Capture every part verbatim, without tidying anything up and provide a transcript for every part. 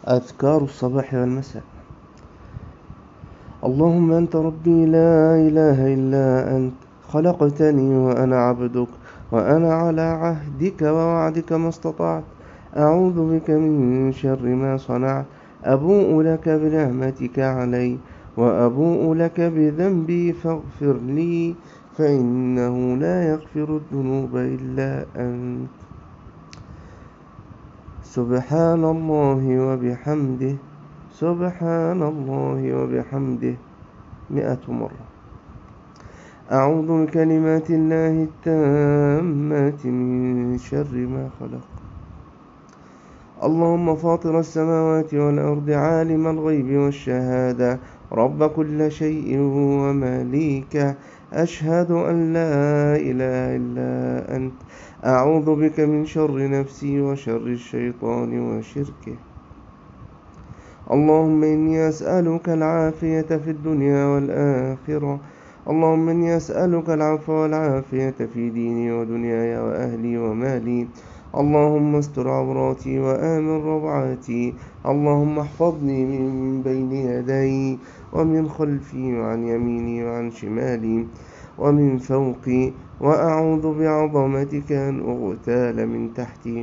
أذكار الصباح والمساء. اللهم أنت ربي لا إله إلا أنت، خلقتني وأنا عبدك، وأنا على عهدك ووعدك ما استطعت، أعوذ بك من شر ما صنعت، أبوء لك بنعمتك علي وأبوء لك بذنبي فاغفر لي، فإنه لا يغفر الذنوب إلا أنت. سبحان الله وبحمده، سبحان الله وبحمده مئة مرة. أعوذ بكلمات الله التامات من شر ما خلق. اللهم فاطر السماوات والأرض، عالم الغيب والشهادة، رب كل شيء وماليكه، أشهد أن لا إله إلا أنت، أعوذ بك من شر نفسي وشر الشيطان وشركه. اللهم إني أسألك العافية في الدنيا والآخرة. اللهم إني أسألك العفو والعافية في ديني ودنياي وأهلي ومالي. اللهم استر عوراتي وآمن روعاتي. اللهم احفظني من بين يدي ومن خلفي وعن يميني وعن شمالي ومن فوقي، وأعوذ بعظمتك أن أغتال من تحتي.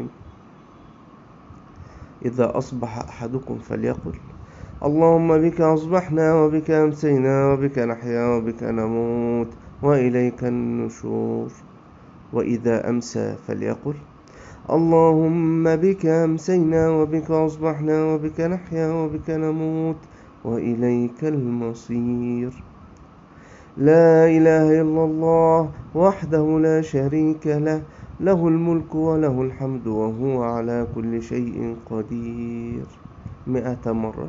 إذا أصبح أحدكم فليقل اللهم بك أصبحنا وبك أمسينا وبك نحيا وبك نموت وإليك النشور. وإذا أمسى فليقل اللهم بك أمسينا وبك أصبحنا وبك نحيا وبك نموت وإليك المصير. لا إله إلا الله وحده لا شريك له، له الملك وله الحمد وهو على كل شيء قدير مئة مرة.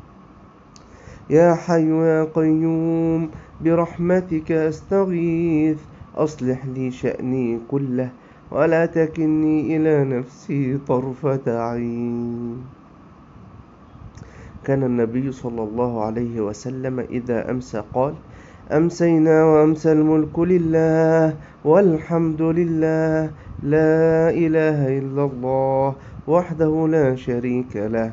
يا حي يا قيوم برحمتك أستغيث، أصلح لي شأني كله ولا تكلني إلى نفسي طرفة عين. كان النبي صلى الله عليه وسلم إذا أمسى قال أمسينا وأمسى الملك لله والحمد لله، لا إله إلا الله وحده لا شريك له،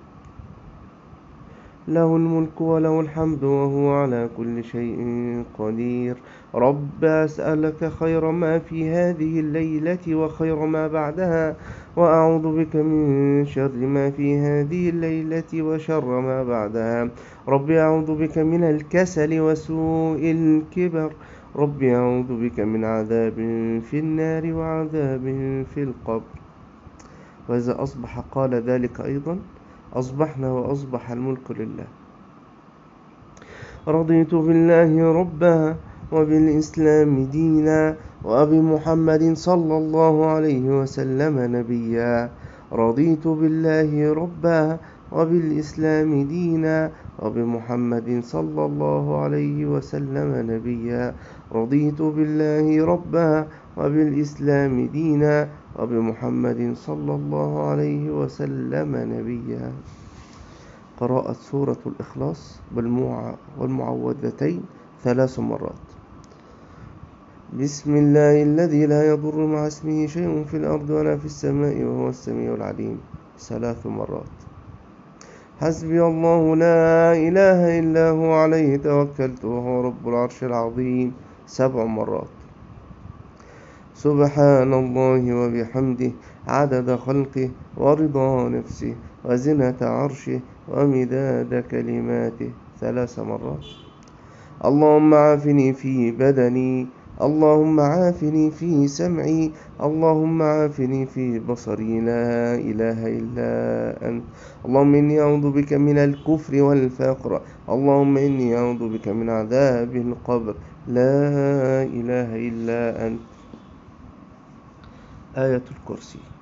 له الملك وله الحمد وهو على كل شيء قدير. رب أسألك خير ما في هذه الليلة وخير ما بعدها، وأعوذ بك من شر ما في هذه الليلة وشر ما بعدها. رب أعوذ بك من الكسل وسوء الكبر. رب أعوذ بك من عذاب في النار وعذاب في القبر. وإذا أصبح قال ذلك أيضا. أصبحنا وأصبح الملك لله. رضيت بالله ربا وبالإسلام دينا وبمحمد صلى الله عليه وسلم نبيا. رضيت بالله ربا وبالإسلام دينا وبمحمد صلى الله عليه وسلم نبيا. رضيت بالله ربا وبالإسلام دينا وبمحمد صلى الله عليه وسلم نبيا. قراءة سورة الإخلاص والمعوذتين ثلاث مرات. بسم الله الذي لا يضر مع اسمه شيء في الأرض ولا في السماء وهو السميع العليم ثلاث مرات. حسبي الله لا إله إلا هو عليه توكلت وهو رب العرش العظيم سبع مرات. سبحان الله وبحمده عدد خلقه ورضا نفسه وزنة عرشه ومداد كلماته ثلاث مرات. اللهم عافني في بدني، اللهم عافني في سمعي، اللهم عافني في بصري، لا إله إلا أنت. اللهم إني أعوذ بك من الكفر والفقر، اللهم إني أعوذ بك من عذاب القبر، لا إله إلا أنت. آية الكرسي.